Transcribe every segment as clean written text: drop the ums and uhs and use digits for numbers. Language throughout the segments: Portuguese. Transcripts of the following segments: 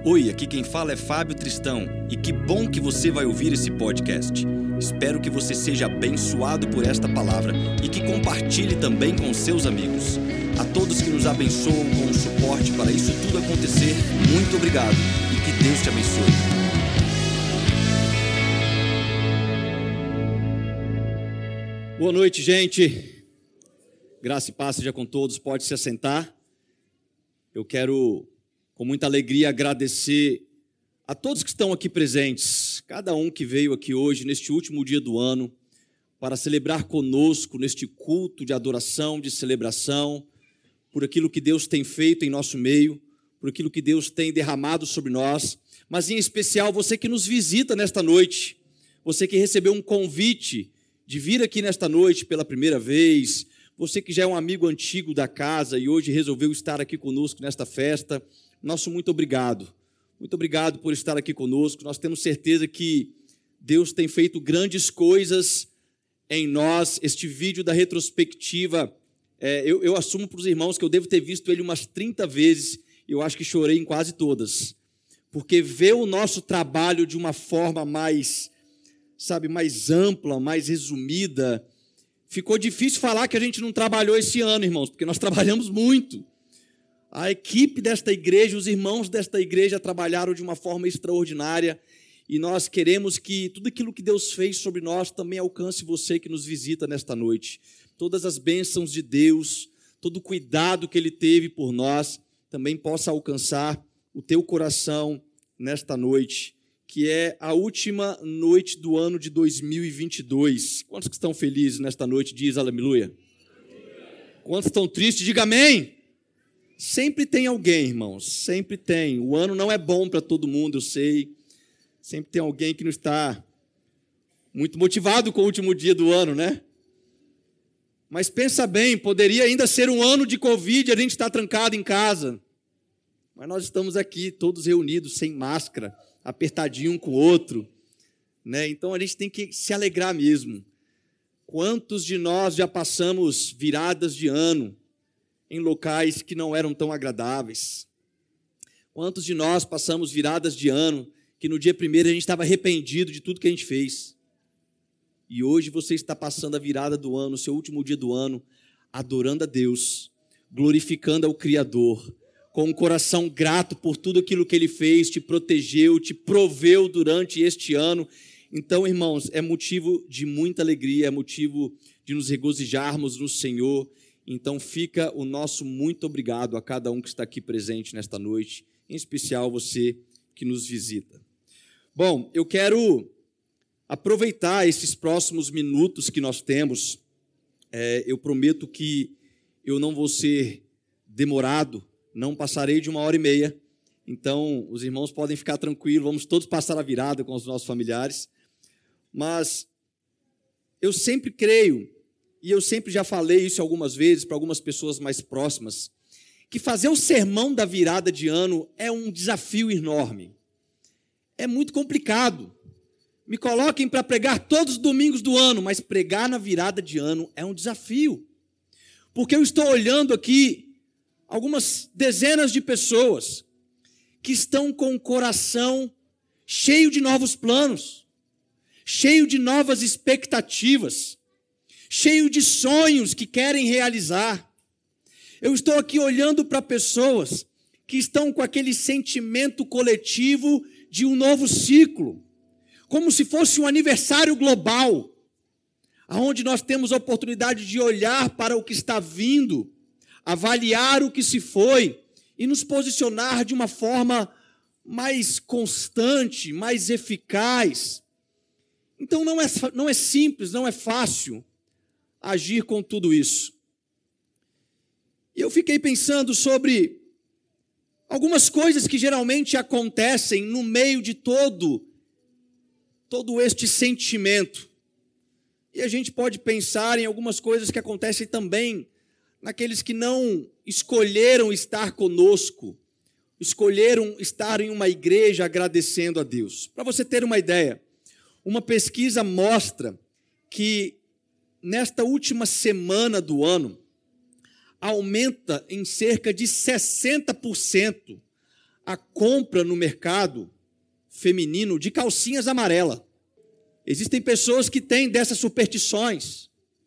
Oi, aqui quem fala é Fábio Tristão e que bom que você vai ouvir esse podcast. Espero que você seja abençoado por esta palavra e que compartilhe também com seus amigos. A todos que nos abençoam com o suporte para isso tudo acontecer, muito obrigado e que Deus te abençoe. Boa noite, gente. Graça e paz seja com todos. Pode se assentar. Eu quero, com muita alegria, agradecer a todos que estão aqui presentes, cada um que veio aqui hoje, neste último dia do ano, para celebrar conosco neste culto de adoração, de celebração, por aquilo que Deus tem feito em nosso meio, por aquilo que Deus tem derramado sobre nós, mas em especial você que nos visita nesta noite, você que recebeu um convite de vir aqui nesta noite pela primeira vez, você que já é um amigo antigo da casa e hoje resolveu estar aqui conosco nesta festa, nosso muito obrigado. Muito obrigado por estar aqui conosco. Nós temos certeza que Deus tem feito grandes coisas em nós. Este vídeo da retrospectiva, eu assumo para os irmãos que eu devo ter visto ele umas 30 vezes. Eu acho que chorei em quase todas. Porque ver o nosso trabalho de uma forma mais ampla, mais resumida. Ficou difícil falar que a gente não trabalhou esse ano, irmãos, porque nós trabalhamos muito. A equipe desta igreja, os irmãos desta igreja trabalharam de uma forma extraordinária e nós queremos que tudo aquilo que Deus fez sobre nós também alcance você que nos visita nesta noite. Todas as bênçãos de Deus, todo o cuidado que Ele teve por nós, também possa alcançar o teu coração nesta noite, que é a última noite do ano de 2022. Quantos que estão felizes nesta noite? Diz aleluia. Quantos estão tristes? Diga amém. Sempre tem alguém, irmãos, sempre tem. O ano não é bom para todo mundo, eu sei. Sempre tem alguém que não está muito motivado com o último dia do ano, né? Mas pensa bem, poderia ainda ser um ano de Covid, a gente está trancado em casa. Mas nós estamos aqui, todos reunidos, sem máscara, apertadinho um com o outro, né? Então a gente tem que se alegrar mesmo. Quantos de nós já passamos viradas de ano em locais que não eram tão agradáveis? Quantos de nós passamos viradas de ano que no dia primeiro a gente estava arrependido de tudo que a gente fez? E hoje você está passando a virada do ano, o seu último dia do ano, adorando a Deus, glorificando ao Criador, com um coração grato por tudo aquilo que Ele fez, te protegeu, te proveu durante este ano. Então, irmãos, é motivo de muita alegria, é motivo de nos regozijarmos no Senhor. Então fica o nosso muito obrigado a cada um que está aqui presente nesta noite, em especial você que nos visita. Bom, eu quero aproveitar esses próximos minutos que nós temos. Eu prometo que eu não vou ser demorado, não passarei de 1h30. Então os irmãos podem ficar tranquilos, vamos todos passar a virada com os nossos familiares. Mas eu sempre creio, e eu sempre já falei isso algumas vezes para algumas pessoas mais próximas, que fazer o sermão da virada de ano é um desafio enorme. É muito complicado. Me coloquem para pregar todos os domingos do ano, mas pregar na virada de ano é um desafio. Porque eu estou olhando aqui algumas dezenas de pessoas que estão com o coração cheio de novos planos, cheio de novas expectativas, cheio de sonhos que querem realizar. Eu estou aqui olhando para pessoas que estão com aquele sentimento coletivo de um novo ciclo, como se fosse um aniversário global, onde nós temos a oportunidade de olhar para o que está vindo, avaliar o que se foi e nos posicionar de uma forma mais constante, mais eficaz. Então não é simples, não é fácil agir com tudo isso. E eu fiquei pensando sobre algumas coisas que geralmente acontecem no meio de todo este sentimento. E a gente pode pensar em algumas coisas que acontecem também naqueles que não escolheram estar conosco, escolheram estar em uma igreja agradecendo a Deus. Para você ter uma ideia, uma pesquisa mostra que nesta última semana do ano, aumenta em cerca de 60% a compra no mercado feminino de calcinhas amarelas. Existem pessoas que têm dessas superstições.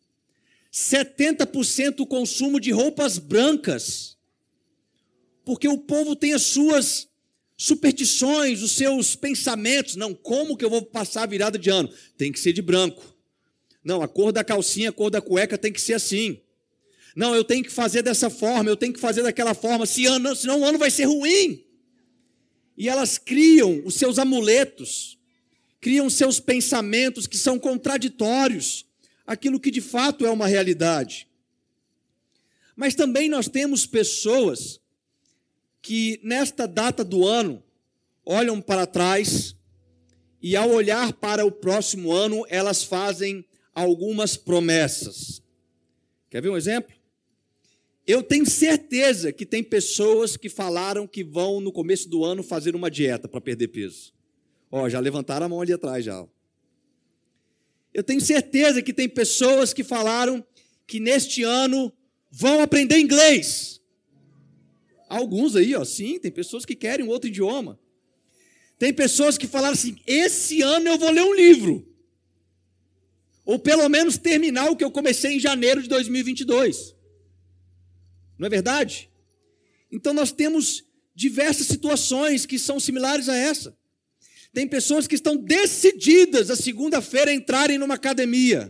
70% o consumo de roupas brancas, porque o povo tem as suas superstições, os seus pensamentos. Não, como que eu vou passar a virada de ano? Tem que ser de branco. Não, a cor da calcinha, a cor da cueca tem que ser assim. Não, eu tenho que fazer dessa forma, eu tenho que fazer daquela forma, senão o ano vai ser ruim. E elas criam os seus amuletos, criam seus pensamentos que são contraditórios, aquilo que de fato é uma realidade. Mas também nós temos pessoas que nesta data do ano olham para trás e ao olhar para o próximo ano, elas fazem algumas promessas. Quer ver um exemplo? Eu tenho certeza que tem pessoas que falaram que vão no começo do ano fazer uma dieta para perder peso. Já levantaram a mão ali atrás já. Eu tenho certeza que tem pessoas que falaram que neste ano vão aprender inglês. Alguns aí, sim, tem pessoas que querem um outro idioma. Tem pessoas que falaram assim, esse ano eu vou ler um livro. Ou pelo menos terminar o que eu comecei em janeiro de 2022. Não é verdade? Então nós temos diversas situações que são similares a essa. Tem pessoas que estão decididas a segunda-feira entrarem numa academia.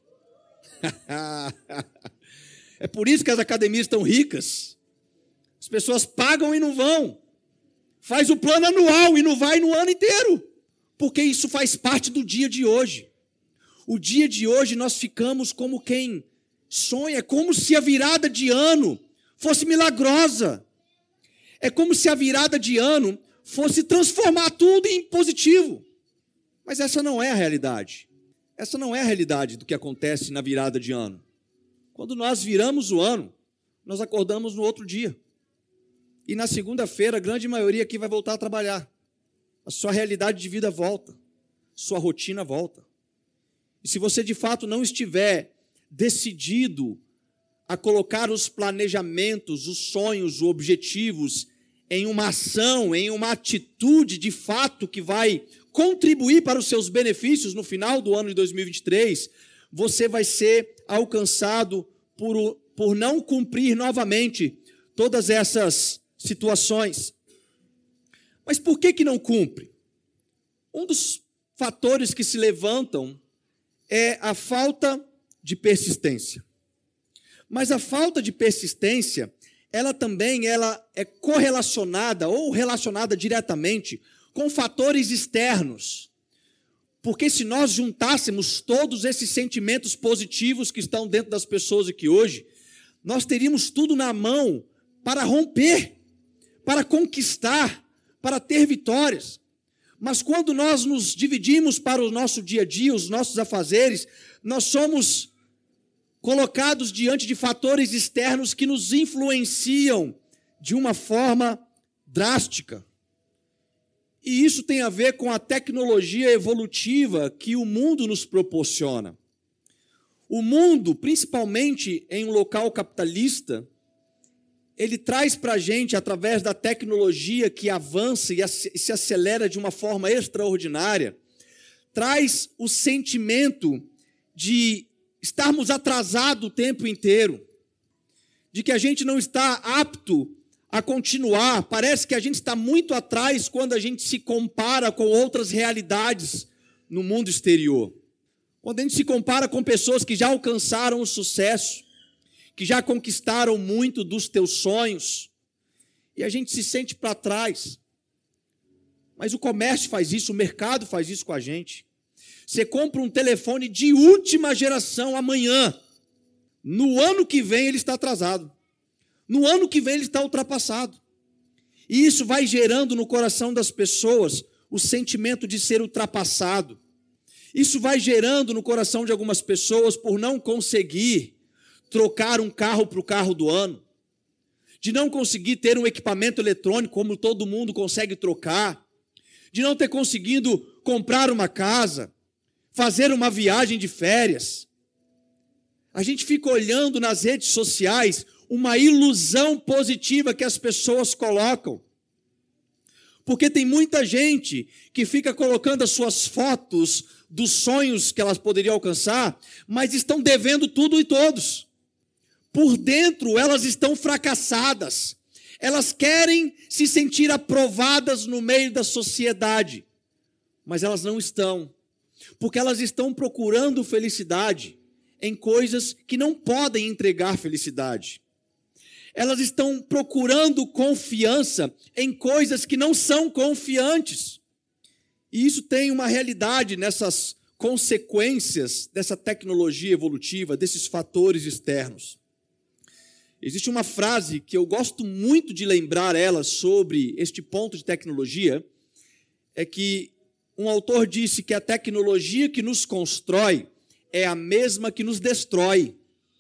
É por isso que as academias estão ricas. As pessoas pagam e não vão. Faz o plano anual e não vai no ano inteiro. Porque isso faz parte do dia de hoje. O dia de hoje nós ficamos como quem sonha, como se a virada de ano fosse milagrosa. É como se a virada de ano fosse transformar tudo em positivo. Mas essa não é a realidade. Essa não é a realidade do que acontece na virada de ano. Quando nós viramos o ano, nós acordamos no outro dia. E na segunda-feira, a grande maioria aqui vai voltar a trabalhar. A sua realidade de vida volta. Sua rotina volta. E se você de fato não estiver decidido a colocar os planejamentos, os sonhos, os objetivos em uma ação, em uma atitude de fato que vai contribuir para os seus benefícios no final do ano de 2023, você vai ser alcançado por não cumprir novamente todas essas situações. Mas por que não cumpre? Um dos fatores que se levantam é a falta de persistência. Mas a falta de persistência, ela é correlacionada ou relacionada diretamente com fatores externos. Porque se nós juntássemos todos esses sentimentos positivos que estão dentro das pessoas aqui hoje, nós teríamos tudo na mão para romper, para conquistar, para ter vitórias. Mas quando nós nos dividimos para o nosso dia a dia, os nossos afazeres, nós somos colocados diante de fatores externos que nos influenciam de uma forma drástica. E isso tem a ver com a tecnologia evolutiva que o mundo nos proporciona. O mundo, principalmente em um local capitalista, ele traz para a gente, através da tecnologia que avança e se acelera de uma forma extraordinária, traz o sentimento de estarmos atrasados o tempo inteiro, de que a gente não está apto a continuar. Parece que a gente está muito atrás quando a gente se compara com outras realidades no mundo exterior. Quando a gente se compara com pessoas que já alcançaram o sucesso, que já conquistaram muito dos teus sonhos, e a gente se sente para trás. Mas o comércio faz isso, o mercado faz isso com a gente. Você compra um telefone de última geração amanhã. No ano que vem ele está atrasado. No ano que vem ele está ultrapassado. E isso vai gerando no coração das pessoas o sentimento de ser ultrapassado. Isso vai gerando no coração de algumas pessoas, por não conseguir trocar um carro para o carro do ano, de não conseguir ter um equipamento eletrônico como todo mundo consegue trocar, de não ter conseguido comprar uma casa, fazer uma viagem de férias. A gente fica olhando nas redes sociais uma ilusão positiva que as pessoas colocam. Porque tem muita gente que fica colocando as suas fotos dos sonhos que elas poderiam alcançar, mas estão devendo tudo e todos. Por dentro, elas estão fracassadas. Elas querem se sentir aprovadas no meio da sociedade, mas elas não estão, porque elas estão procurando felicidade em coisas que não podem entregar felicidade. Elas estão procurando confiança em coisas que não são confiantes. E isso tem uma realidade nessas consequências dessa tecnologia evolutiva, desses fatores externos. Existe uma frase que eu gosto muito de lembrar ela sobre este ponto de tecnologia, é que um autor disse que a tecnologia que nos constrói é a mesma que nos destrói.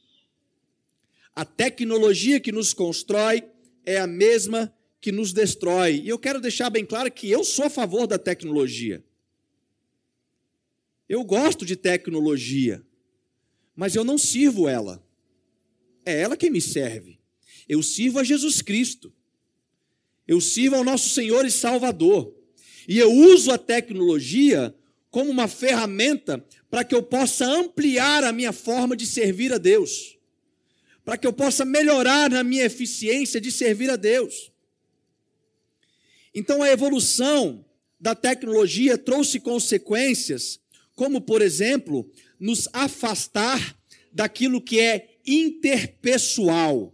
A tecnologia que nos constrói é a mesma que nos destrói. E eu quero deixar bem claro que eu sou a favor da tecnologia. Eu gosto de tecnologia, mas eu não sirvo ela. É ela quem me serve. Eu sirvo a Jesus Cristo. Eu sirvo ao nosso Senhor e Salvador. E eu uso a tecnologia como uma ferramenta para que eu possa ampliar a minha forma de servir a Deus. Para que eu possa melhorar na minha eficiência de servir a Deus. Então a evolução da tecnologia trouxe consequências, como, por exemplo, nos afastar daquilo que é interpessoal.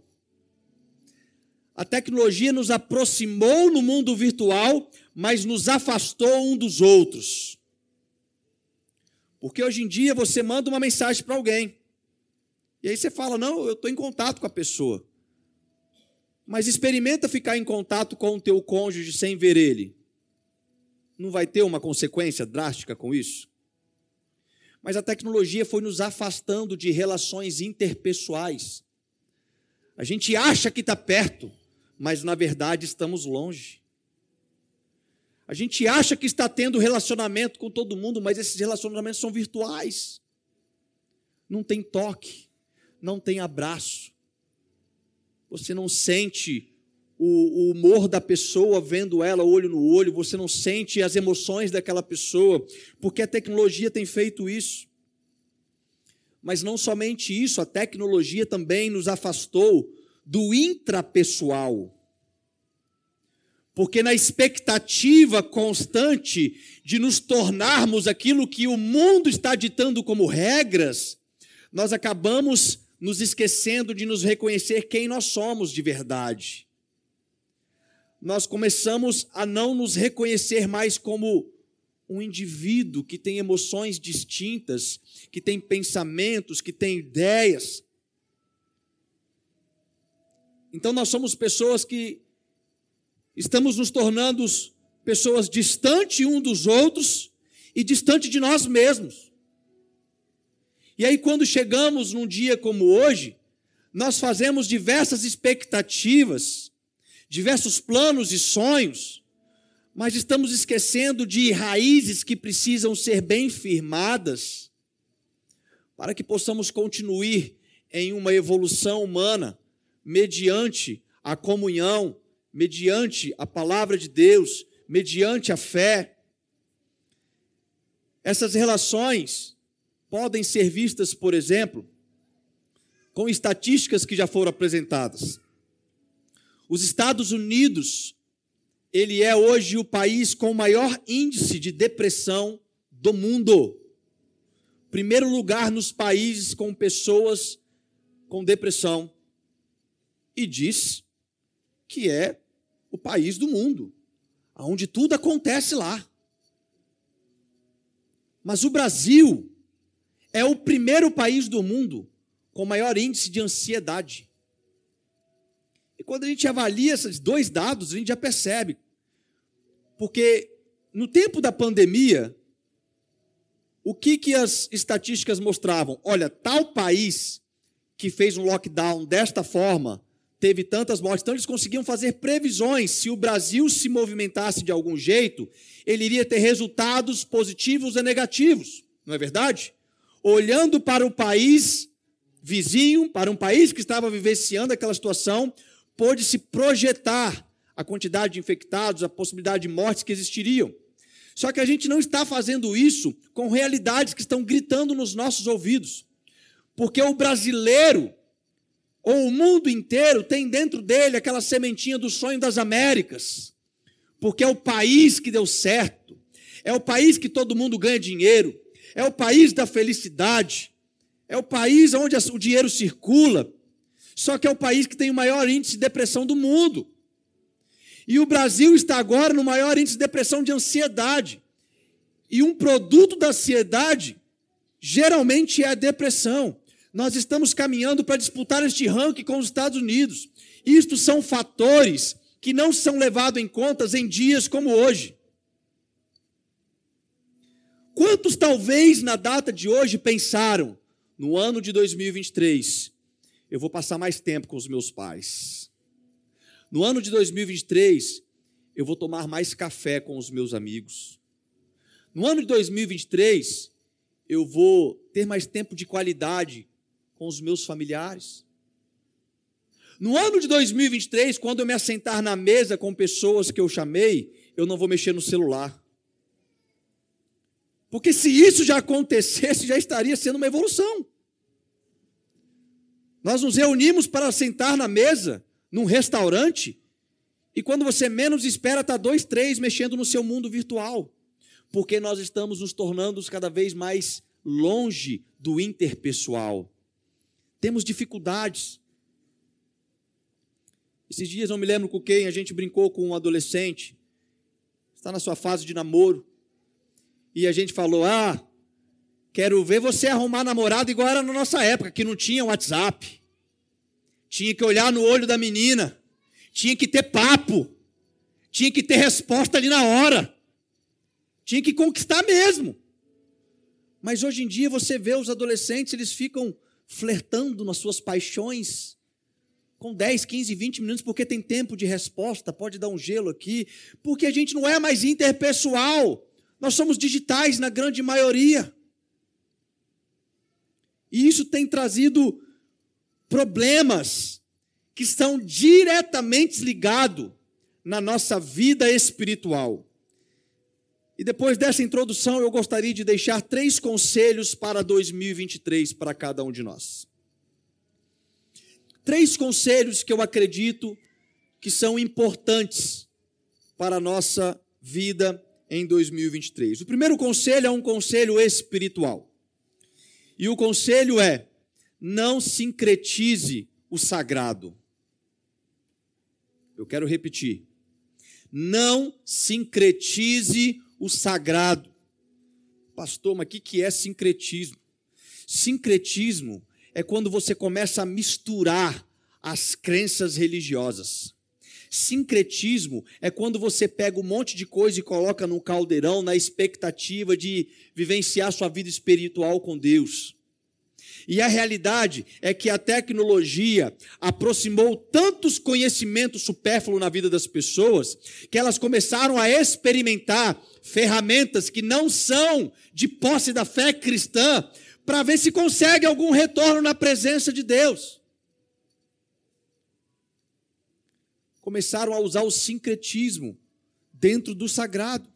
A tecnologia nos aproximou no mundo virtual, mas nos afastou um dos outros. Porque hoje em dia você manda uma mensagem para alguém, e aí você fala, não, eu estou em contato com a pessoa. Mas experimenta ficar em contato com o teu cônjuge sem ver ele. Não vai ter uma consequência drástica com isso? Mas a tecnologia foi nos afastando de relações interpessoais. A gente acha que está perto, mas na verdade estamos longe. A gente acha que está tendo relacionamento com todo mundo, mas esses relacionamentos são virtuais. Não tem toque, não tem abraço. Você não sente o humor da pessoa vendo ela olho no olho, você não sente as emoções daquela pessoa, porque a tecnologia tem feito isso. Mas não somente isso, a tecnologia também nos afastou do intrapessoal. Porque na expectativa constante de nos tornarmos aquilo que o mundo está ditando como regras, nós acabamos nos esquecendo de nos reconhecer quem nós somos de verdade. Nós começamos a não nos reconhecer mais como um indivíduo que tem emoções distintas, que tem pensamentos, que tem ideias. Então nós somos pessoas que estamos nos tornando pessoas distantes um dos outros e distante de nós mesmos. E aí quando chegamos num dia como hoje, nós fazemos diversas expectativas, diversos planos e sonhos, mas estamos esquecendo de raízes que precisam ser bem firmadas para que possamos continuar em uma evolução humana mediante a comunhão, mediante a palavra de Deus, mediante a fé. Essas relações podem ser vistas, por exemplo, com estatísticas que já foram apresentadas. Os Estados Unidos, ele é hoje o país com o maior índice de depressão do mundo. Primeiro lugar nos países com pessoas com depressão. E diz que é o país do mundo, onde tudo acontece lá. Mas o Brasil é o primeiro país do mundo com maior índice de ansiedade. E quando a gente avalia esses dois dados, a gente já percebe. Porque no tempo da pandemia, o que as estatísticas mostravam? Olha, tal país que fez um lockdown desta forma, teve tantas mortes, então eles conseguiam fazer previsões. Se o Brasil se movimentasse de algum jeito, ele iria ter resultados positivos e negativos, não é verdade? Olhando para o país vizinho, para um país que estava vivenciando aquela situação, pôde-se projetar a quantidade de infectados, a possibilidade de mortes que existiriam. Só que a gente não está fazendo isso com realidades que estão gritando nos nossos ouvidos. Porque o brasileiro, ou o mundo inteiro, tem dentro dele aquela sementinha do sonho das Américas. Porque é o país que deu certo, é o país que todo mundo ganha dinheiro, é o país da felicidade, é o país onde o dinheiro circula, só que é o país que tem o maior índice de depressão do mundo. E o Brasil está agora no maior índice de depressão de ansiedade. E um produto da ansiedade, geralmente é a depressão. Nós estamos caminhando para disputar este ranking com os Estados Unidos. Isto são fatores que não são levados em conta em dias como hoje. Quantos talvez na data de hoje pensaram, no ano de 2023, eu vou passar mais tempo com os meus pais. No ano de 2023, eu vou tomar mais café com os meus amigos. No ano de 2023, eu vou ter mais tempo de qualidade com os meus familiares. No ano de 2023, quando eu me assentar na mesa com pessoas que eu chamei, eu não vou mexer no celular. Porque se isso já acontecesse, já estaria sendo uma evolução. Nós nos reunimos para sentar na mesa, num restaurante, e quando você menos espera, está 2, 3 mexendo no seu mundo virtual. Porque nós estamos nos tornando cada vez mais longe do interpessoal. Temos dificuldades. Esses dias, não me lembro com quem, a gente brincou com um adolescente, está na sua fase de namoro, e a gente falou, quero ver você arrumar namorado igual era na nossa época, que não tinha WhatsApp, tinha que olhar no olho da menina, tinha que ter papo, tinha que ter resposta ali na hora, tinha que conquistar mesmo. Mas hoje em dia você vê os adolescentes, eles ficam flertando nas suas paixões, com 10, 15, 20 minutos, porque tem tempo de resposta, pode dar um gelo aqui, porque a gente não é mais interpessoal, nós somos digitais na grande maioria. E isso tem trazido problemas que estão diretamente ligados na nossa vida espiritual. E depois dessa introdução, eu gostaria de deixar 3 conselhos para 2023 para cada um de nós. 3 conselhos que eu acredito que são importantes para a nossa vida em 2023. O primeiro conselho é um conselho espiritual. E o conselho é: não sincretize o sagrado. Eu quero repetir. Não sincretize o sagrado. Pastor, mas o que é sincretismo? Sincretismo é quando você começa a misturar as crenças religiosas. Sincretismo é quando você pega um monte de coisa e coloca num caldeirão na expectativa de vivenciar sua vida espiritual com Deus. E a realidade é que a tecnologia aproximou tantos conhecimentos supérfluos na vida das pessoas que elas começaram a experimentar ferramentas que não são de posse da fé cristã para ver se consegue algum retorno na presença de Deus. Começaram a usar o sincretismo dentro do sagrado.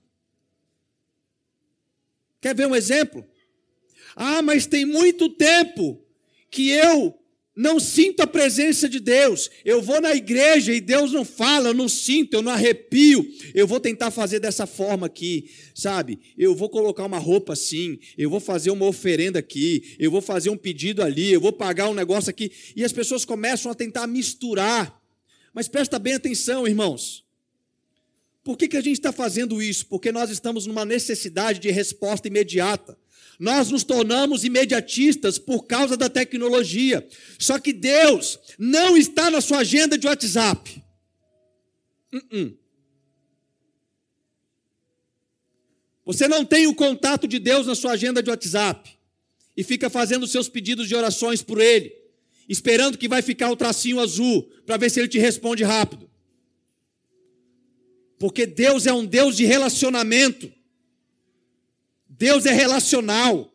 Quer ver um exemplo? Mas tem muito tempo que eu não sinto a presença de Deus. Eu vou na igreja e Deus não fala, eu não sinto, eu não arrepio. Eu vou tentar fazer dessa forma aqui, sabe? Eu vou colocar uma roupa assim, eu vou fazer uma oferenda aqui, eu vou fazer um pedido ali, eu vou pagar um negócio aqui. E as pessoas começam a tentar misturar. Mas presta bem atenção, irmãos. Por que a gente está fazendo isso? Porque nós estamos numa necessidade de resposta imediata. Nós nos tornamos imediatistas por causa da tecnologia. Só que Deus não está na sua agenda de WhatsApp. Você não tem o contato de Deus na sua agenda de WhatsApp e fica fazendo seus pedidos de orações por Ele, esperando que vai ficar o tracinho azul para ver se Ele te responde rápido. Porque Deus é um Deus de relacionamento. Deus é relacional.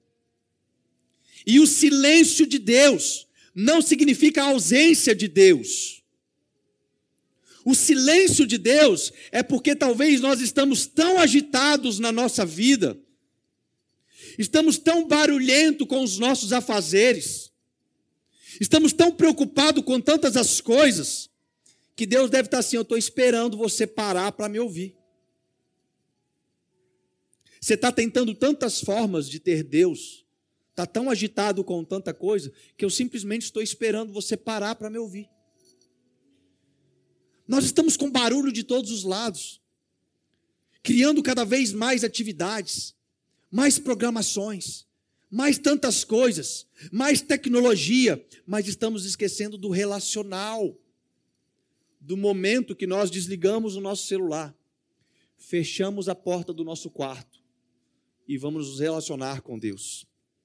E o silêncio de Deus não significa a ausência de Deus. O silêncio de Deus é porque talvez nós estamos tão agitados na nossa vida, estamos tão barulhentos com os nossos afazeres, estamos tão preocupados com tantas as coisas, que Deus deve estar assim: eu estou esperando você parar para me ouvir. Você está tentando tantas formas de ter Deus, está tão agitado com tanta coisa, que eu simplesmente estou esperando você parar para me ouvir. Nós estamos com barulho de todos os lados, criando cada vez mais atividades, mais programações, mais tantas coisas, mais tecnologia, mas estamos esquecendo do relacional, do momento que nós desligamos o nosso celular, fechamos a porta do nosso quarto e vamos nos relacionar com Deus.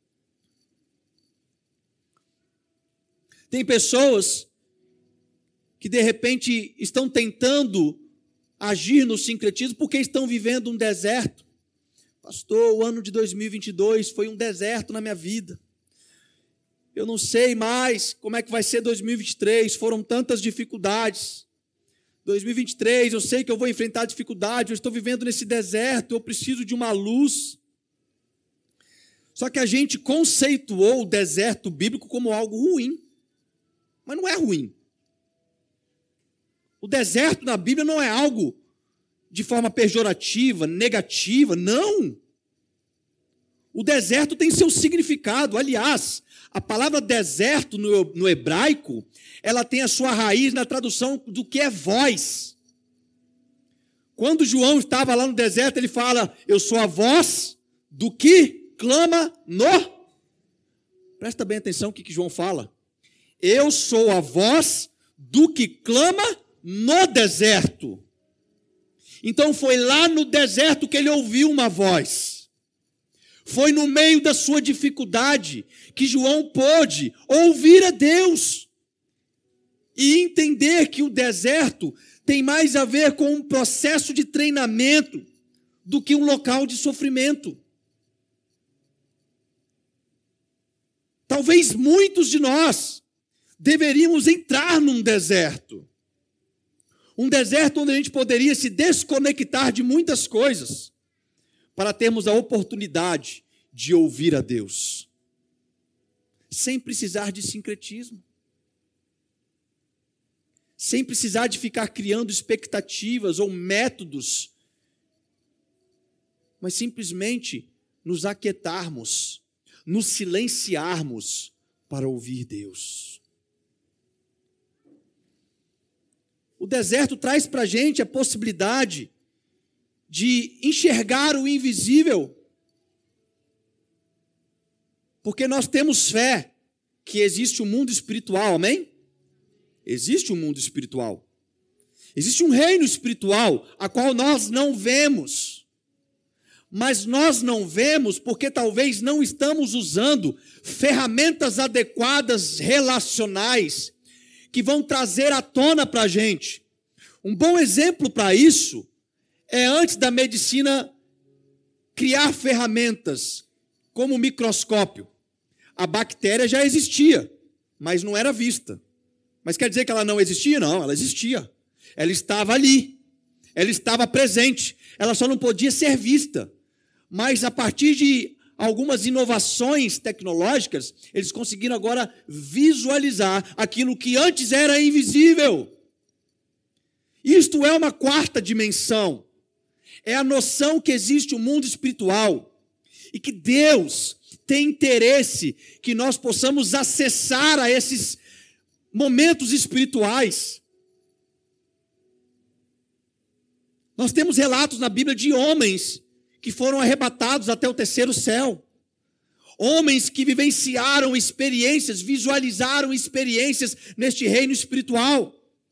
Tem pessoas que de repente estão tentando agir no sincretismo porque estão vivendo um deserto. Pastor, o ano de 2022 foi um deserto na minha vida. Eu não sei mais como é que vai ser 2023, foram tantas dificuldades. 2023, eu sei que eu vou enfrentar dificuldade, eu estou vivendo nesse deserto, eu preciso de uma luz. Só que a gente conceituou o deserto bíblico como algo ruim, mas não é ruim. O deserto na Bíblia não é algo de forma pejorativa, negativa, não. O deserto tem seu significado. Aliás, a palavra deserto no hebraico, ela tem a sua raiz na tradução do que é voz. Quando João estava lá no deserto, ele fala: eu sou a voz do que clama no... Presta bem atenção o que João fala. Eu sou a voz do que clama no deserto. Então foi lá no deserto que ele ouviu uma voz. Foi no meio da sua dificuldade que João pôde ouvir a Deus e entender que o deserto tem mais a ver com um processo de treinamento do que um local de sofrimento. Talvez muitos de nós deveríamos entrar num deserto. Um deserto onde a gente poderia se desconectar de muitas coisas para termos a oportunidade de ouvir a Deus, sem precisar de sincretismo, sem precisar de ficar criando expectativas ou métodos, mas simplesmente nos aquietarmos, nos silenciarmos para ouvir Deus. O deserto traz para a gente a possibilidade de enxergar o invisível, porque nós temos fé que existe um mundo espiritual, amém? Existe um mundo espiritual. Existe um reino espiritual, a qual nós não vemos. Mas nós não vemos porque talvez não estamos usando ferramentas adequadas relacionais que vão trazer à tona para a gente. Um bom exemplo para isso é antes da medicina criar ferramentas como o microscópio. A bactéria já existia, mas não era vista. Mas quer dizer que ela não existia? Não, ela existia. Ela estava ali. Ela estava presente. Ela só não podia ser vista. Mas a partir de algumas inovações tecnológicas, eles conseguiram agora visualizar aquilo que antes era invisível. Isto é uma quarta dimensão. É a noção que existe um mundo espiritual e que Deus tem interesse que nós possamos acessar a esses momentos espirituais. Nós temos relatos na Bíblia de homens que foram arrebatados até o terceiro céu. Homens que vivenciaram experiências, visualizaram experiências neste reino espiritual.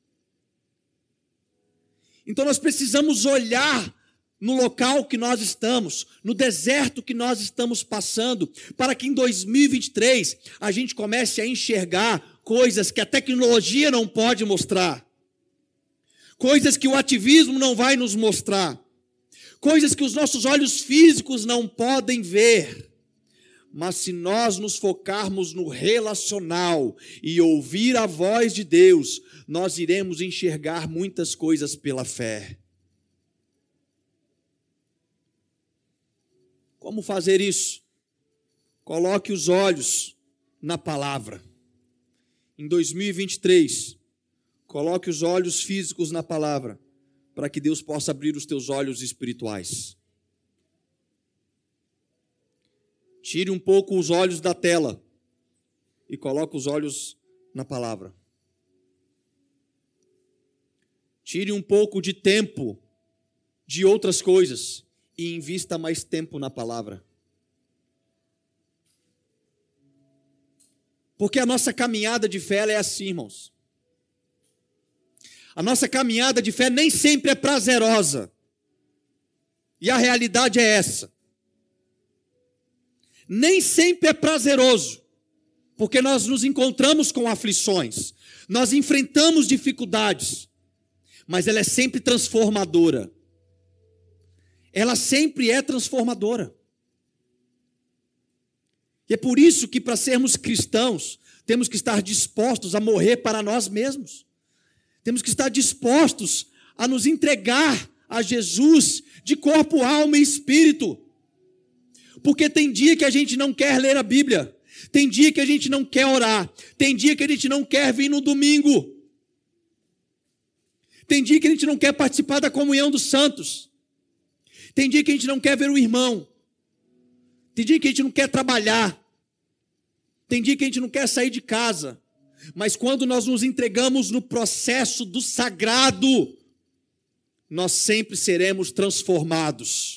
Então nós precisamos olhar no local que nós estamos, no deserto que nós estamos passando, para que em 2023 a gente comece a enxergar coisas que a tecnologia não pode mostrar, coisas que o ativismo não vai nos mostrar, coisas que os nossos olhos físicos não podem ver, Mas se nós nos focarmos no relacional e ouvir a voz de Deus, nós iremos enxergar muitas coisas pela fé. Como fazer isso? Coloque os olhos na palavra. Em 2023, coloque os olhos físicos na palavra, para que Deus possa abrir os teus olhos espirituais. Tire um pouco os olhos da tela e coloque os olhos na palavra. Tire um pouco de tempo de outras coisas e invista mais tempo na palavra. Porque a nossa caminhada de fé é assim, irmãos. A nossa caminhada de fé nem sempre é prazerosa. E a realidade é essa. Nem sempre é prazeroso, porque nós nos encontramos com aflições, nós enfrentamos dificuldades, mas ela é sempre transformadora. Ela sempre é transformadora. E é por isso que, para sermos cristãos, temos que estar dispostos a morrer para nós mesmos. Temos que estar dispostos a nos entregar a Jesus de corpo, alma e espírito. Porque tem dia que a gente não quer ler a Bíblia, tem dia que a gente não quer orar, tem dia que a gente não quer vir no domingo, tem dia que a gente não quer participar da comunhão dos santos, tem dia que a gente não quer ver o irmão, tem dia que a gente não quer trabalhar, tem dia que a gente não quer sair de casa, mas quando nós nos entregamos no processo do sagrado, nós sempre seremos transformados.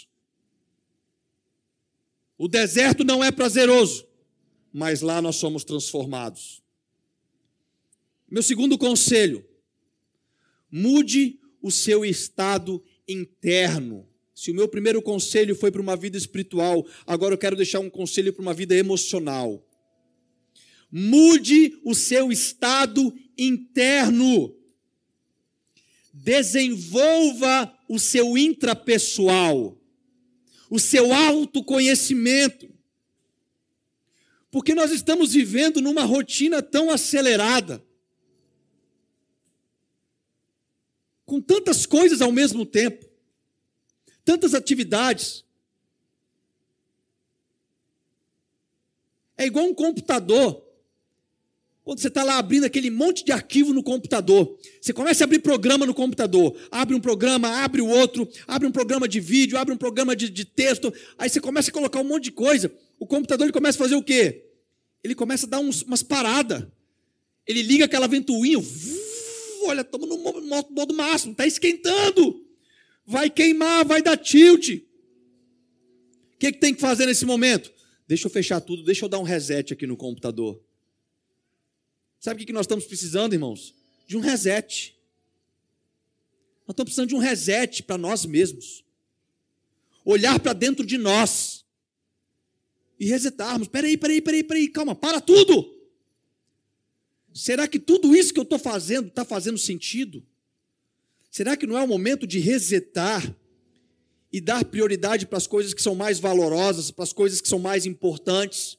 O deserto não é prazeroso, mas lá nós somos transformados. Meu segundo conselho: mude o seu estado interno. Se o meu primeiro conselho foi para uma vida espiritual, agora eu quero deixar um conselho para uma vida emocional. Mude o seu estado interno. Desenvolva o seu intrapessoal, o seu autoconhecimento. Porque nós estamos vivendo numa rotina tão acelerada, com tantas coisas ao mesmo tempo, tantas atividades. É igual um computador. Quando você está lá abrindo aquele monte de arquivo no computador, você começa a abrir programa no computador, abre um programa, abre o outro, abre um programa de vídeo, abre um programa de texto, aí você começa a colocar um monte de coisa, o computador ele começa a fazer o quê? Ele começa a dar umas paradas, ele liga aquela ventoinha, olha, estamos no modo máximo, está esquentando, vai queimar, vai dar tilt. O que tem que fazer nesse momento? Deixa eu fechar tudo, deixa eu dar um reset aqui no computador. Sabe o que nós estamos precisando, irmãos? De um reset. Nós estamos precisando de um reset para nós mesmos. Olhar para dentro de nós. E resetarmos. Peraí, calma, para tudo. Será que tudo isso que eu estou fazendo está fazendo sentido? Será que não é o momento de resetar e dar prioridade para as coisas que são mais valorosas, para as coisas que são mais importantes?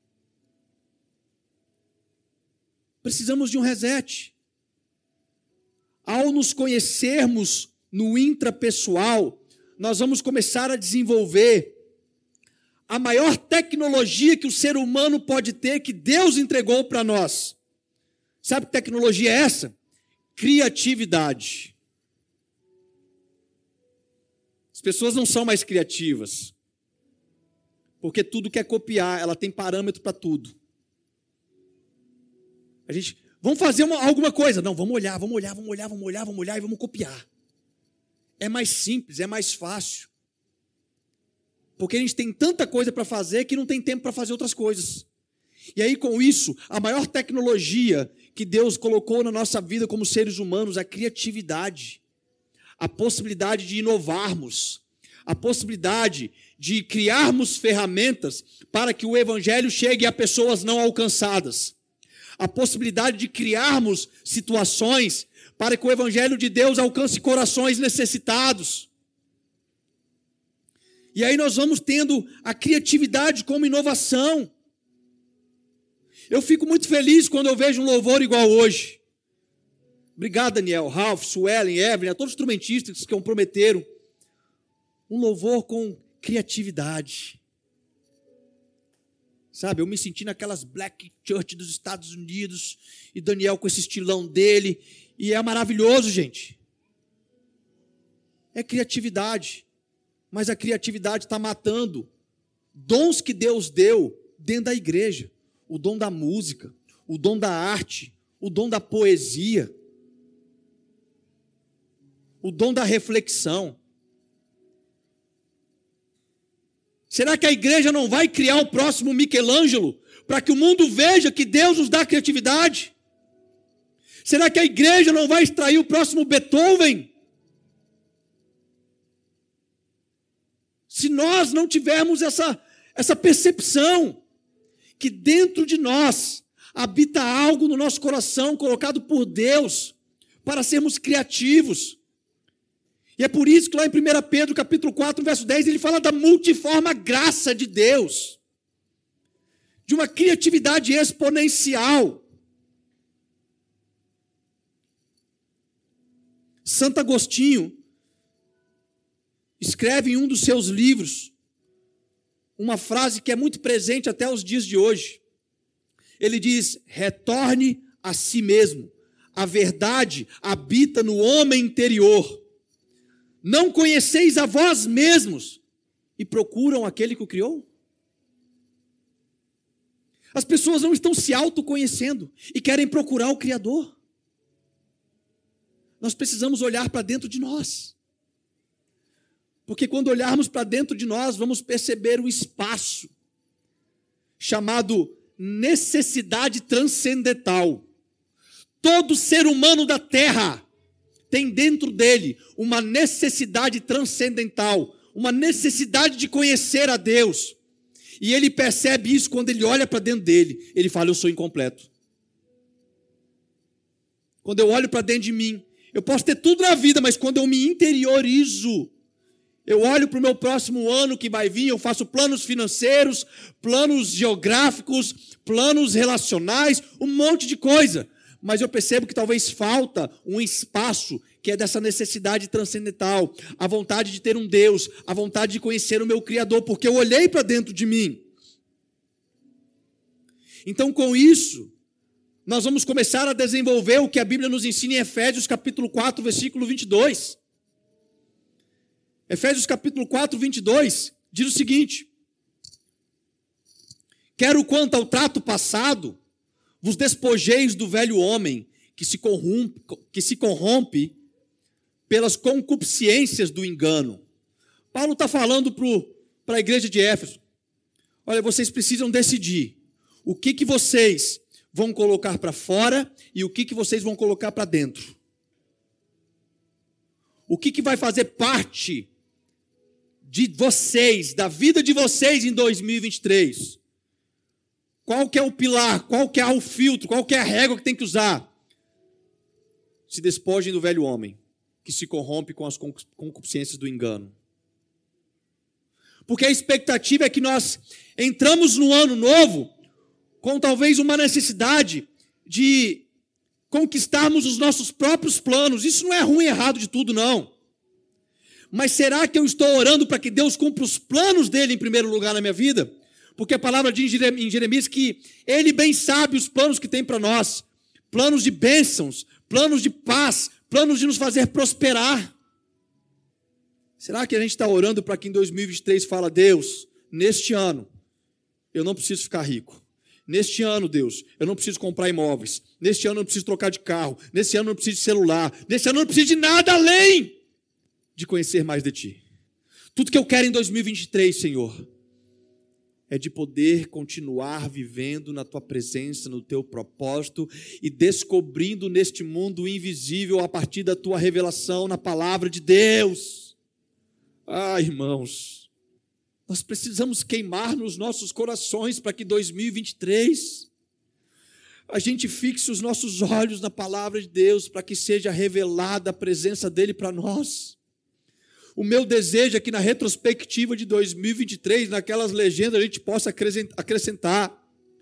Precisamos de um reset. Ao nos conhecermos no intrapessoal, nós vamos começar a desenvolver a maior tecnologia que o ser humano pode ter, que Deus entregou para nós. Sabe que tecnologia é essa? Criatividade. As pessoas não são mais criativas, porque tudo quer copiar, ela tem parâmetro para tudo. Vamos fazer alguma coisa. Não, vamos olhar e vamos copiar. É mais simples, é mais fácil. Porque a gente tem tanta coisa para fazer que não tem tempo para fazer outras coisas. E aí, com isso, a maior tecnologia que Deus colocou na nossa vida como seres humanos, a criatividade, a possibilidade de inovarmos, a possibilidade de criarmos ferramentas para que o evangelho chegue a pessoas não alcançadas, a possibilidade de criarmos situações para que o evangelho de Deus alcance corações necessitados. E aí nós vamos tendo a criatividade como inovação. Eu fico muito feliz quando eu vejo um louvor igual hoje. Obrigado, Daniel, Ralph, Suelen, Evelyn, a todos os instrumentistas que comprometeram. Um louvor com criatividade. Sabe, eu me senti naquelas Black Church dos Estados Unidos, e Daniel com esse estilão dele, e é maravilhoso, gente. É criatividade, mas a criatividade está matando dons que Deus deu dentro da igreja. O dom da música, o dom da arte, o dom da poesia, o dom da reflexão. Será que a igreja não vai criar o próximo Michelangelo para que o mundo veja que Deus nos dá criatividade? Será que a igreja não vai extrair o próximo Beethoven? Se nós não tivermos essa percepção que dentro de nós habita algo no nosso coração colocado por Deus para sermos criativos. E é por isso que lá em 1 Pedro, capítulo 4, verso 10, ele fala da multiforme graça de Deus, de uma criatividade exponencial. Santo Agostinho escreve em um dos seus livros uma frase que é muito presente até os dias de hoje. Ele diz: retorne a si mesmo, a verdade habita no homem interior. Não conheceis a vós mesmos e procuram aquele que o criou? As pessoas não estão se autoconhecendo e querem procurar o Criador. Nós precisamos olhar para dentro de nós. Porque quando olharmos para dentro de nós, vamos perceber o espaço chamado necessidade transcendental. Todo ser humano da terra tem dentro dele uma necessidade transcendental, uma necessidade de conhecer a Deus. E ele percebe isso quando ele olha para dentro dele. Ele fala: eu sou incompleto. Quando eu olho para dentro de mim, eu posso ter tudo na vida, mas quando eu me interiorizo, eu olho para o meu próximo ano que vai vir, eu faço planos financeiros, planos geográficos, planos relacionais, um monte de coisa. Mas eu percebo que talvez falta um espaço que é dessa necessidade transcendental, a vontade de ter um Deus, a vontade de conhecer o meu Criador, porque eu olhei para dentro de mim. Então, com isso, nós vamos começar a desenvolver o que a Bíblia nos ensina em Efésios capítulo 4, versículo 22. Efésios capítulo 4, 22, diz o seguinte: quero quanto ao trato passado, vos despojeis do velho homem, que se corrompe pelas concupiscências do engano. Paulo está falando para a igreja de Éfeso: olha, vocês precisam decidir o que vocês vão colocar para fora e o que vocês vão colocar para dentro. O que vai fazer parte de vocês, da vida de vocês em 2023? Qual que é o pilar? Qual que é o filtro? Qual que é a régua que tem que usar? Se despojem do velho homem, que se corrompe com as concupiscências do engano. Porque a expectativa é que nós entramos no ano novo com talvez uma necessidade de conquistarmos os nossos próprios planos. Isso não é ruim e errado de tudo, não. Mas será que eu estou orando para que Deus cumpra os planos dele em primeiro lugar na minha vida? Porque a palavra diz em Jeremias que ele bem sabe os planos que tem para nós. Planos de bênçãos, planos de paz, planos de nos fazer prosperar. Será que a gente está orando para que em 2023 fala: Deus, neste ano eu não preciso ficar rico. Neste ano, Deus, eu não preciso comprar imóveis. Neste ano eu não preciso trocar de carro. Neste ano eu não preciso de celular. Neste ano eu não preciso de nada além de conhecer mais de Ti. Tudo que eu quero em 2023, Senhor, é de poder continuar vivendo na Tua presença, no Teu propósito e descobrindo neste mundo invisível a partir da Tua revelação na palavra de Deus. Ah, irmãos, nós precisamos queimar nos nossos corações para que 2023 a gente fixe os nossos olhos na palavra de Deus, para que seja revelada a presença dEle para nós. O meu desejo é que na retrospectiva de 2023, naquelas legendas, a gente possa acrescentar: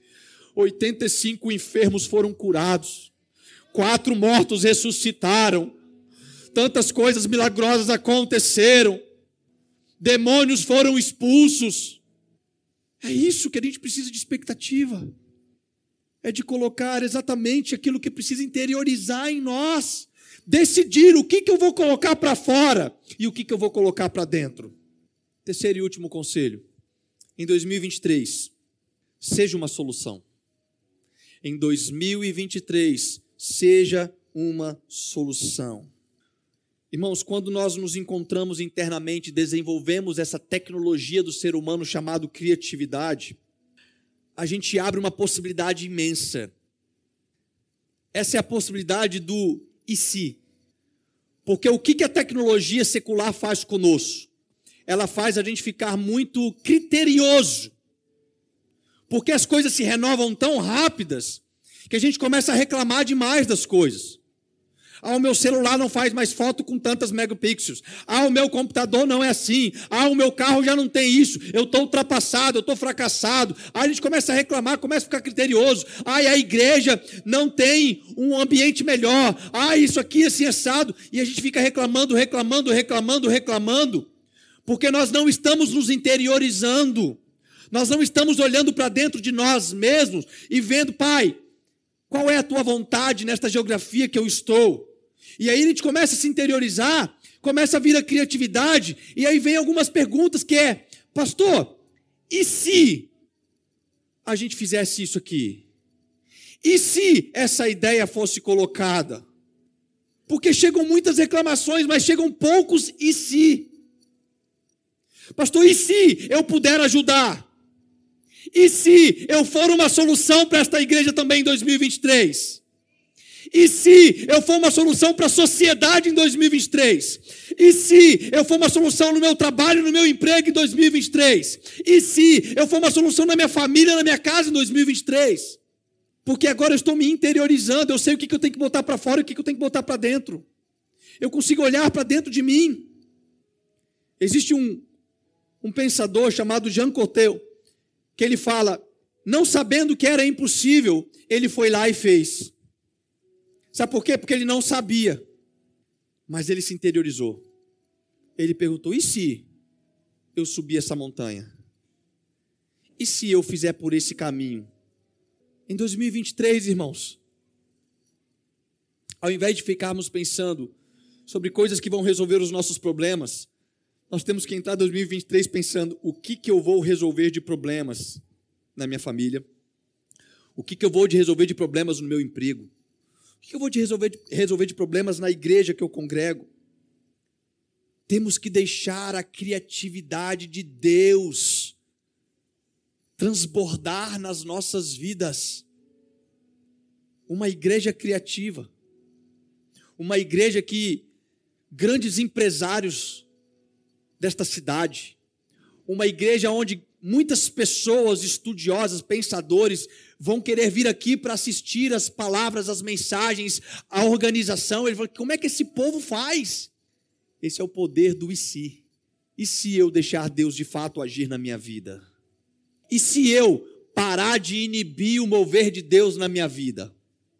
85 enfermos foram curados. 4 mortos ressuscitaram. Tantas coisas milagrosas aconteceram. Demônios foram expulsos. É isso que a gente precisa de expectativa. É de colocar exatamente aquilo que precisa interiorizar em nós. Decidir o que eu vou colocar para fora e o que eu vou colocar para dentro. Terceiro e último conselho. Em 2023, seja uma solução. Em 2023, seja uma solução. Irmãos, quando nós nos encontramos internamente, desenvolvemos essa tecnologia do ser humano chamado criatividade, a gente abre uma possibilidade imensa. Essa é a possibilidade do e se. Porque o que a tecnologia secular faz conosco? Ela faz a gente ficar muito criterioso. Porque as coisas se renovam tão rápidas que a gente começa a reclamar demais das coisas. O meu celular não faz mais foto com tantas megapixels. O meu computador não é assim. O meu carro já não tem isso. Eu estou ultrapassado, eu estou fracassado. A gente começa a reclamar, começa a ficar criterioso. A igreja não tem um ambiente melhor. Isso aqui é assim assado. E a gente fica reclamando. Porque nós não estamos nos interiorizando. Nós não estamos olhando para dentro de nós mesmos e vendo, Pai, qual é a tua vontade nesta geografia que eu estou? E aí a gente começa a se interiorizar, começa a vir a criatividade, e aí vem algumas perguntas que é, pastor, e se a gente fizesse isso aqui? E se essa ideia fosse colocada? Porque chegam muitas reclamações, mas chegam poucos e se? Pastor, e se eu puder ajudar? E se eu for uma solução para esta igreja também em 2023? E se eu for uma solução para a sociedade em 2023? E se eu for uma solução no meu trabalho, no meu emprego em 2023? E se eu for uma solução na minha família, na minha casa em 2023? Porque agora eu estou me interiorizando, eu sei o que eu tenho que botar para fora e o que eu tenho que botar para dentro. Eu consigo olhar para dentro de mim. Existe um pensador chamado Jean Cocteau, que ele fala, não sabendo que era impossível, ele foi lá e fez. Sabe por quê? Porque ele não sabia, mas ele se interiorizou. Ele perguntou, e se eu subir essa montanha? E se eu fizer por esse caminho? Em 2023, irmãos, ao invés de ficarmos pensando sobre coisas que vão resolver os nossos problemas, nós temos que entrar em 2023 pensando o que eu vou resolver de problemas na minha família, o que eu vou resolver de problemas no meu emprego, o que eu vou resolver de problemas na igreja que eu congrego. Temos que deixar a criatividade de Deus transbordar nas nossas vidas. Uma igreja criativa, uma igreja que grandes empresários desta cidade, uma igreja onde muitas pessoas estudiosas, pensadores, vão querer vir aqui para assistir as palavras, as mensagens, a organização. Ele falou, como é que esse povo faz? Esse é o poder do e se. E se eu deixar Deus de fato agir na minha vida? E se eu parar de inibir o mover de Deus na minha vida?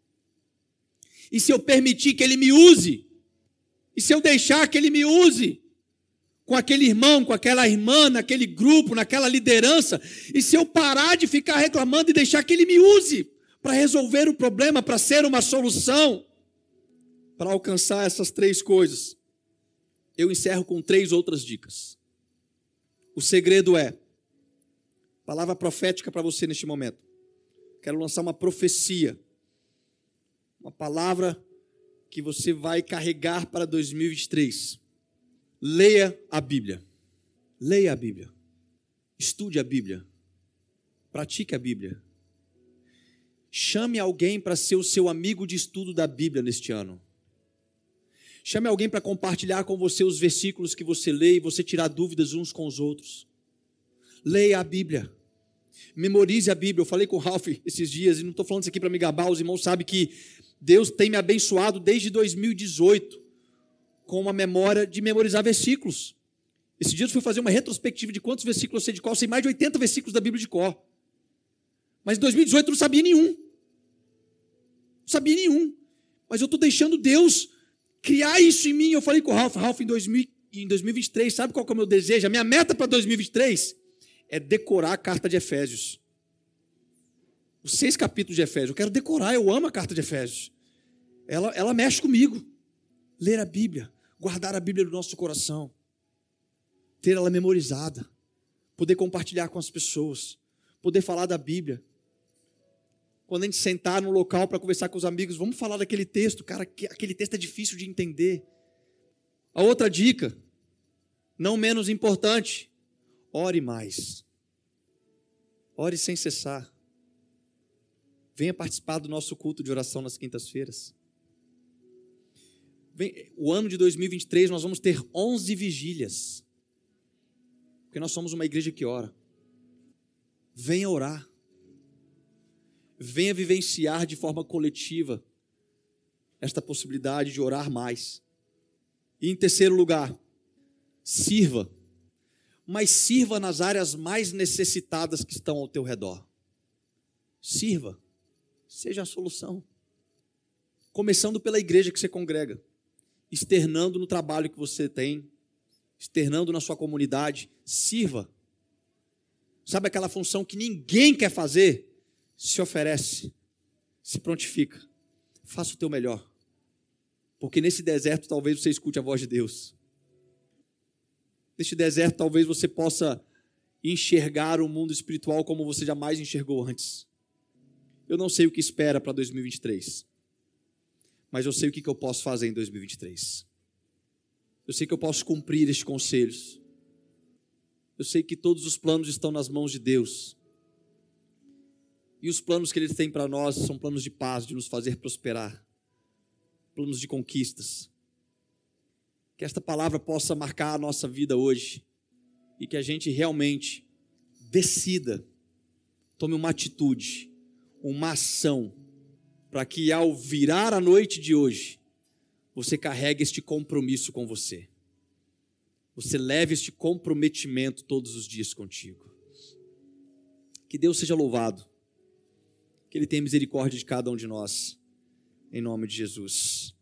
E se eu permitir que Ele me use? E se eu deixar que Ele me use? Com aquele irmão, com aquela irmã, naquele grupo, naquela liderança, e se eu parar de ficar reclamando e deixar que Ele me use para resolver o problema, para ser uma solução, para alcançar essas 3 coisas, eu encerro com 3 outras dicas. O segredo é, palavra profética para você neste momento, quero lançar uma profecia, uma palavra que você vai carregar para 2023. Leia a Bíblia. Leia a Bíblia. Estude a Bíblia. Pratique a Bíblia. Chame alguém para ser o seu amigo de estudo da Bíblia neste ano. Chame alguém para compartilhar com você os versículos que você lê e você tirar dúvidas uns com os outros. Leia a Bíblia. Memorize a Bíblia. Eu falei com o Ralph esses dias, e não estou falando isso aqui para me gabar, os irmãos sabem que Deus tem me abençoado desde 2018 com uma memória de memorizar versículos. Esse dia eu fui fazer uma retrospectiva de quantos versículos eu sei de cor. Eu sei mais de 80 versículos da Bíblia de cor. Mas em 2018 eu não sabia nenhum. Não sabia nenhum. Mas eu estou deixando Deus criar isso em mim. Eu falei com o Ralph, em 2023, sabe qual que é o meu desejo? A minha meta para 2023 é decorar a carta de Efésios. Os 6 capítulos de Efésios. Eu quero decorar, eu amo a carta de Efésios. Ela mexe comigo. Ler a Bíblia, guardar a Bíblia no nosso coração, ter ela memorizada, poder compartilhar com as pessoas, poder falar da Bíblia. Quando a gente sentar no local para conversar com os amigos, vamos falar daquele texto, cara, aquele texto é difícil de entender. A outra dica, não menos importante, ore mais. Ore sem cessar. Venha participar do nosso culto de oração nas quintas-feiras. O ano de 2023 nós vamos ter 11 vigílias. Porque nós somos uma igreja que ora. Venha orar. Venha vivenciar de forma coletiva esta possibilidade de orar mais. E em terceiro lugar, sirva. Mas sirva nas áreas mais necessitadas que estão ao teu redor. Sirva. Seja a solução. Começando pela igreja que você congrega. Externando no trabalho que você tem. Externando na sua comunidade. Sirva. Sabe aquela função que ninguém quer fazer? Se oferece, se prontifica, faça o teu melhor, porque nesse deserto talvez você escute a voz de Deus, neste deserto talvez você possa enxergar o mundo espiritual como você jamais enxergou antes. Eu não sei o que espera para 2023, mas eu sei o que eu posso fazer em 2023, eu sei que eu posso cumprir estes conselhos, eu sei que todos os planos estão nas mãos de Deus. E os planos que Ele tem para nós são planos de paz, de nos fazer prosperar. Planos de conquistas. Que esta palavra possa marcar a nossa vida hoje. E que a gente realmente decida, tome uma atitude, uma ação, para que ao virar a noite de hoje, você carregue este compromisso com você. Você leve este comprometimento todos os dias contigo. Que Deus seja louvado. Que Ele tenha misericórdia de cada um de nós, em nome de Jesus.